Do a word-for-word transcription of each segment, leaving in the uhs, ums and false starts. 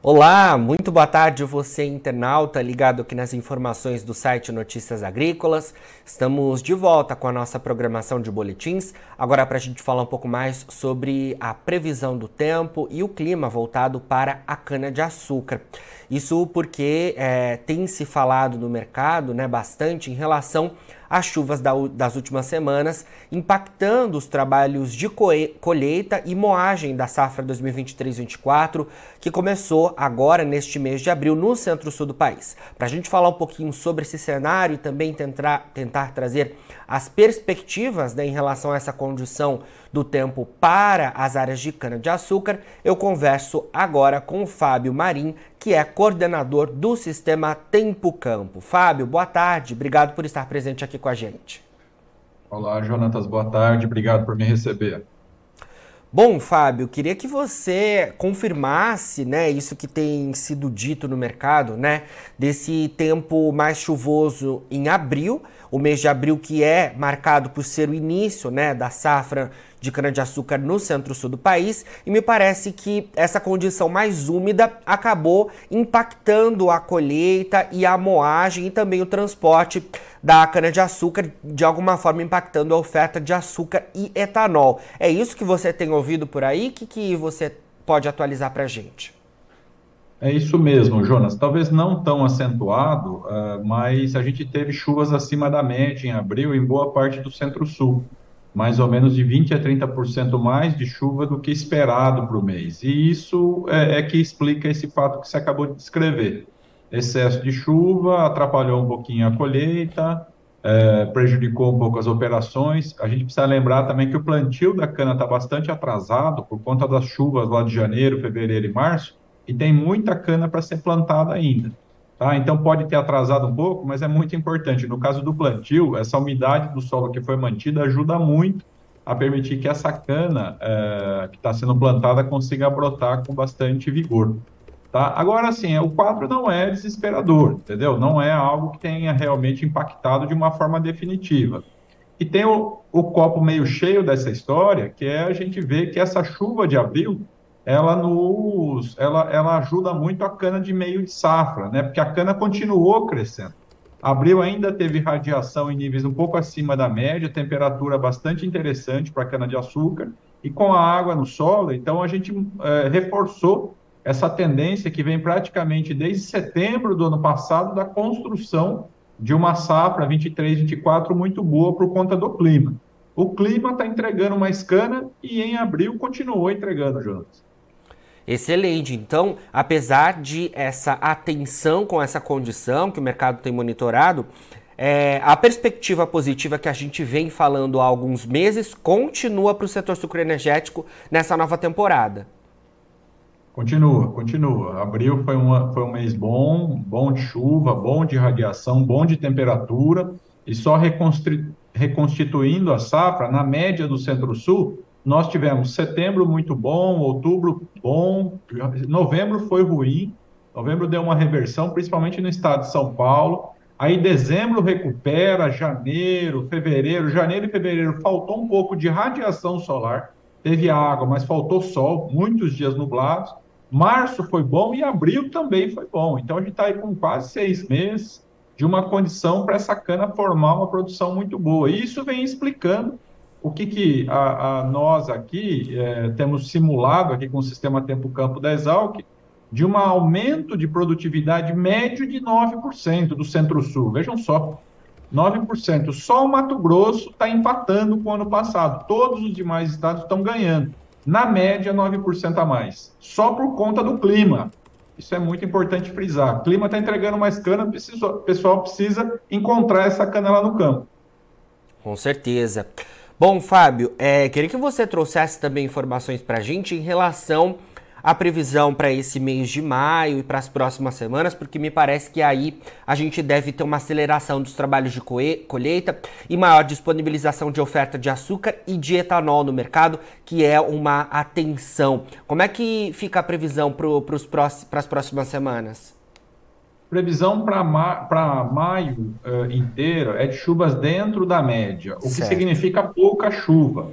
Olá, muito boa tarde você internauta ligado aqui nas informações do site Notícias Agrícolas. Estamos de volta com a nossa programação de boletins, agora para a gente falar um pouco mais sobre a previsão do tempo e o clima voltado para a cana-de-açúcar. Isso porque é, tem se falado no mercado, né, bastante em relação às chuvas da, das últimas semanas, impactando os trabalhos de colheita e moagem da safra dois mil e vinte e três vinte e quatro, que começou agora neste mês de abril no centro-sul do país. Para a gente falar um pouquinho sobre esse cenário e também tentar, tentar trazer as perspectivas, né, em relação a essa condição do tempo para as áreas de cana-de-açúcar, eu converso agora com o Fábio Marim, que é coordenador do Sistema Tempo Campo. Fábio, boa tarde, obrigado por estar presente aqui com a gente. Olá, Jonatas, boa tarde, obrigado por me receber. Bom, Fábio, queria que você confirmasse, né, isso que tem sido dito no mercado, né, desse tempo mais chuvoso em abril, o mês de abril que é marcado por ser o início, né, da safra de cana-de-açúcar no centro-sul do país, e me parece que essa condição mais úmida acabou impactando a colheita e a moagem e também o transporte da cana-de-açúcar, de alguma forma impactando a oferta de açúcar e etanol. É isso que você tem ouvido por aí? O que, que você pode atualizar para a gente? É isso mesmo, Jonas. Talvez não tão acentuado, uh, mas a gente teve chuvas acima da média em abril em boa parte do Centro-Sul, mais ou menos de vinte a trinta por cento mais de chuva do que esperado para o mês. E isso é, é que explica esse fato que você acabou de descrever. Excesso de chuva atrapalhou um pouquinho a colheita, é, prejudicou um pouco as operações. A gente precisa lembrar também que o plantio da cana está bastante atrasado por conta das chuvas lá de janeiro, fevereiro e março, e tem muita cana para ser plantada ainda. Tá? Então pode ter atrasado um pouco, mas é muito importante. No caso do plantio, essa umidade do solo que foi mantida ajuda muito a permitir que essa cana é, que está sendo plantada consiga brotar com bastante vigor. Tá? Agora, assim, o quadro não é desesperador, entendeu? Não é algo que tenha realmente impactado de uma forma definitiva. E tem o, o copo meio cheio dessa história, que é a gente ver que essa chuva de abril, ela nos, ela, ela ajuda muito a cana de meio de safra, né? Porque a cana continuou crescendo. Abril ainda teve radiação em níveis um pouco acima da média, temperatura bastante interessante para a cana-de-açúcar, e com a água no solo, então a gente é, reforçou essa tendência que vem praticamente desde setembro do ano passado da construção de uma safra vinte e três, vinte e quatro muito boa por conta do clima. O clima está entregando mais cana e em abril continuou entregando, Jonas. Excelente. Então, apesar de essa atenção com essa condição que o mercado tem monitorado, é, a perspectiva positiva que a gente vem falando há alguns meses continua para o setor sucroenergético nessa nova temporada. Continua, continua. Abril foi, uma, foi um mês bom, bom de chuva, bom de radiação, bom de temperatura, e só reconstituindo a safra, na média do Centro-Sul, nós tivemos setembro muito bom, outubro bom, novembro foi ruim, novembro deu uma reversão, principalmente no estado de São Paulo, aí dezembro recupera, janeiro, fevereiro, janeiro e fevereiro faltou um pouco de radiação solar, teve água, mas faltou sol, muitos dias nublados. Março foi bom e abril também foi bom. Então a gente está aí com quase seis meses de uma condição para essa cana formar uma produção muito boa. E isso vem explicando o que, que a, a nós aqui é, temos simulado aqui com o sistema Tempo Campo da Exalc, de um aumento de produtividade médio de nove por cento do Centro-Sul. Vejam só, nove por cento. Só o Mato Grosso está empatando com o ano passado. Todos os demais estados estão ganhando. Na média, nove por cento a mais. Só por conta do clima. Isso é muito importante frisar. O clima está entregando mais cana, o pessoal precisa encontrar essa cana lá no campo. Com certeza. Bom, Fábio, é, queria que você trouxesse também informações para a gente em relação à previsão para esse mês de maio e para as próximas semanas, porque me parece que aí a gente deve ter uma aceleração dos trabalhos de colheita e maior disponibilização de oferta de açúcar e de etanol no mercado, que é uma atenção. Como é que fica a previsão para as próximas semanas? Previsão para ma maio uh, inteiro é de chuvas dentro da média, o que Certo. significa pouca chuva.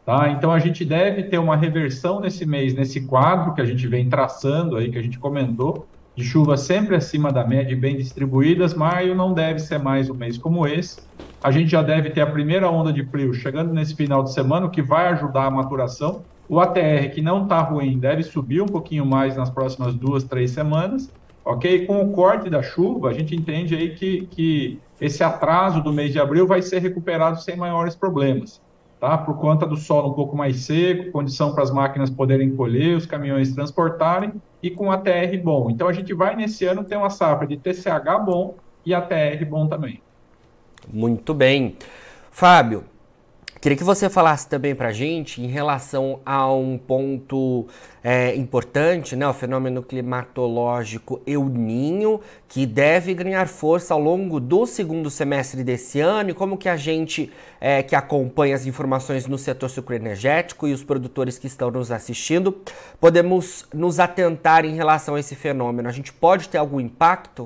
Tá? Então, a gente deve ter uma reversão nesse mês, nesse quadro que a gente vem traçando aí, que a gente comentou, de chuvas sempre acima da média e bem distribuídas. Maio não deve ser mais um mês como esse. A gente já deve ter a primeira onda de frio chegando nesse final de semana, o que vai ajudar a maturação. O A T R, que não está ruim, deve subir um pouquinho mais nas próximas duas, três semanas, ok? Com o corte da chuva, a gente entende aí que, que esse atraso do mês de abril vai ser recuperado sem maiores problemas. Tá? Por conta do solo um pouco mais seco, condição para as máquinas poderem colher, os caminhões transportarem e com A T R bom. Então, a gente vai, nesse ano, ter uma safra de T C H bom e A T R bom também. Muito bem. Fábio, queria que você falasse também para a gente em relação a um ponto é, importante, né, o fenômeno climatológico El Niño, que deve ganhar força ao longo do segundo semestre desse ano, e como que a gente é, que acompanha as informações no setor sucroenergético e os produtores que estão nos assistindo, podemos nos atentar em relação a esse fenômeno. A gente pode ter algum impacto?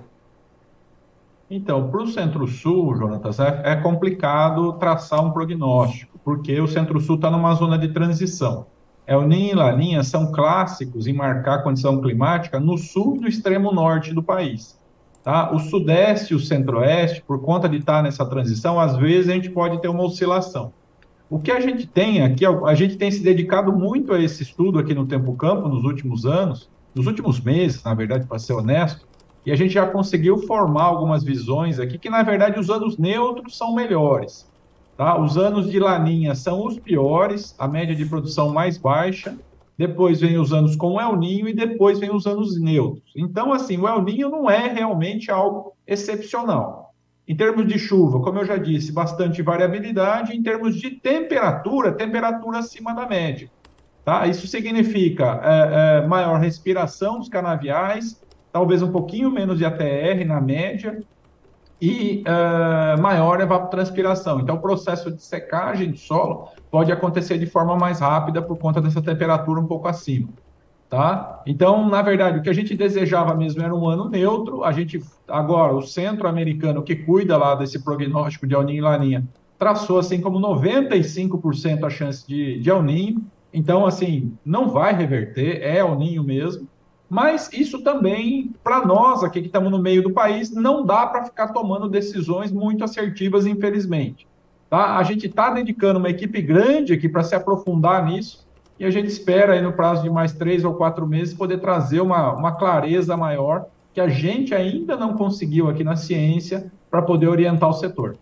Então, para o Centro-Sul, Jonatas, é, é complicado traçar um prognóstico, porque o Centro-Sul está numa zona de transição. El Niño e Laninha são clássicos em marcar condição climática no sul e no extremo norte do país. Tá? O Sudeste e o Centro-Oeste, por conta de estar nessa transição, às vezes a gente pode ter uma oscilação. O que a gente tem aqui, a gente tem se dedicado muito a esse estudo aqui no Tempo Campo nos últimos anos, nos últimos meses, na verdade, para ser honesto, e a gente já conseguiu formar algumas visões aqui que, na verdade, os anos neutros são melhores. Tá? Os anos de Laninha são os piores, a média de produção mais baixa, depois vem os anos com El Niño e depois vem os anos neutros. Então, assim, o El Niño não é realmente algo excepcional. Em termos de chuva, como eu já disse, bastante variabilidade. Em termos de temperatura, temperatura acima da média. Tá? Isso significa é, é, maior respiração dos canaviais, talvez um pouquinho menos de A T R na média e uh, maior evapotranspiração. Então, o processo de secagem do solo pode acontecer de forma mais rápida por conta dessa temperatura um pouco acima. Tá? Então, na verdade, o que a gente desejava mesmo era um ano neutro. A gente, agora, o centro-americano que cuida lá desse prognóstico de El Niño e Laninha, traçou assim como noventa e cinco por cento a chance de, de El Niño. Então, assim, não vai reverter, é El Niño mesmo. Mas isso também, para nós aqui que estamos no meio do país, não dá para ficar tomando decisões muito assertivas, infelizmente. Tá? A gente está dedicando uma equipe grande aqui para se aprofundar nisso e a gente espera aí no prazo de mais três ou quatro meses poder trazer uma, uma clareza maior que a gente ainda não conseguiu aqui na ciência para poder orientar o setor.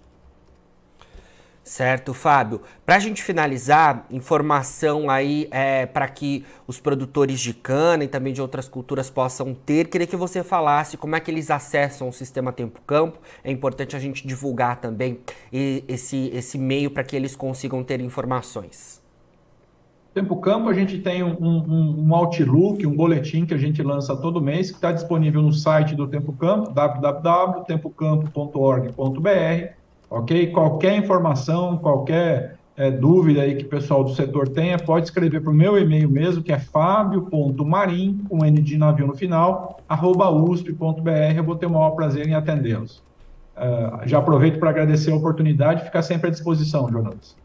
Certo, Fábio. Para a gente finalizar, informação aí é, para que os produtores de cana e também de outras culturas possam ter, queria que você falasse como é que eles acessam o Sistema Tempo Campo. É importante a gente divulgar também esse, esse meio para que eles consigam ter informações. Tempo Campo, a gente tem um, um, um Outlook, um boletim que a gente lança todo mês, que está disponível no site do Tempo Campo, w w w ponto tempo campo ponto org ponto b r. Ok? Qualquer informação, qualquer é, dúvida aí que o pessoal do setor tenha, pode escrever para o meu e-mail mesmo, que é fabio ponto marim, com N de navio no final, arroba usp ponto b r. Eu vou ter o maior prazer em atendê-los. Uh, já aproveito para agradecer a oportunidade e ficar sempre à disposição, Jonas.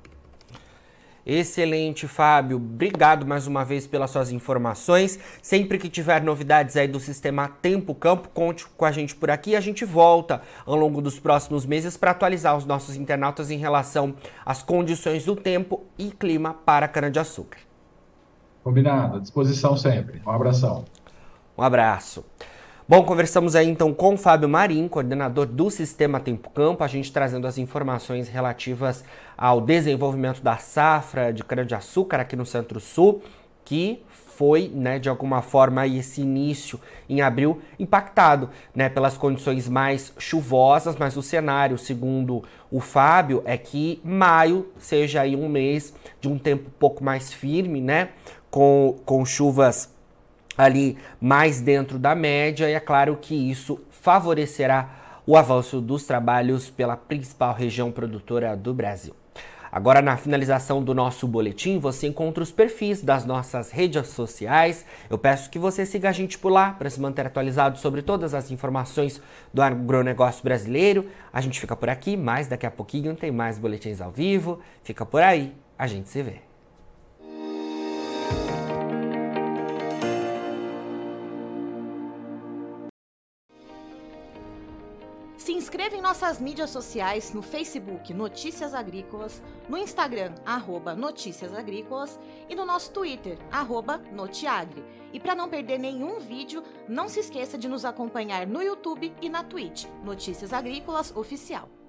Excelente, Fábio. Obrigado mais uma vez pelas suas informações. Sempre que tiver novidades aí do Sistema Tempo Campo, conte com a gente por aqui. A gente volta ao longo dos próximos meses para atualizar os nossos internautas em relação às condições do tempo e clima para a cana-de-açúcar. Combinado, à disposição sempre. Um abração. Um abraço. Bom, conversamos aí então com o Fábio Marim, coordenador do Sistema Tempo Campo, a gente trazendo as informações relativas ao desenvolvimento da safra de cana-de-açúcar aqui no Centro-Sul, que foi, né, de alguma forma, esse início em abril impactado, né, pelas condições mais chuvosas, mas o cenário, segundo o Fábio, é que maio seja aí um mês de um tempo um pouco mais firme, né, com, com chuvas ali mais dentro da média, e é claro que isso favorecerá o avanço dos trabalhos pela principal região produtora do Brasil. Agora, na finalização do nosso boletim, você encontra os perfis das nossas redes sociais. Eu peço que você siga a gente por lá para se manter atualizado sobre todas as informações do agronegócio brasileiro. A gente fica por aqui, mas daqui a pouquinho tem mais boletins ao vivo. Fica por aí, a gente se vê. Se inscreva em nossas mídias sociais, no Facebook Notícias Agrícolas, no Instagram arroba Notícias Agrícolas e no nosso Twitter, arroba Notiagre. E para não perder nenhum vídeo, não se esqueça de nos acompanhar no YouTube e na Twitch, Notícias Agrícolas Oficial.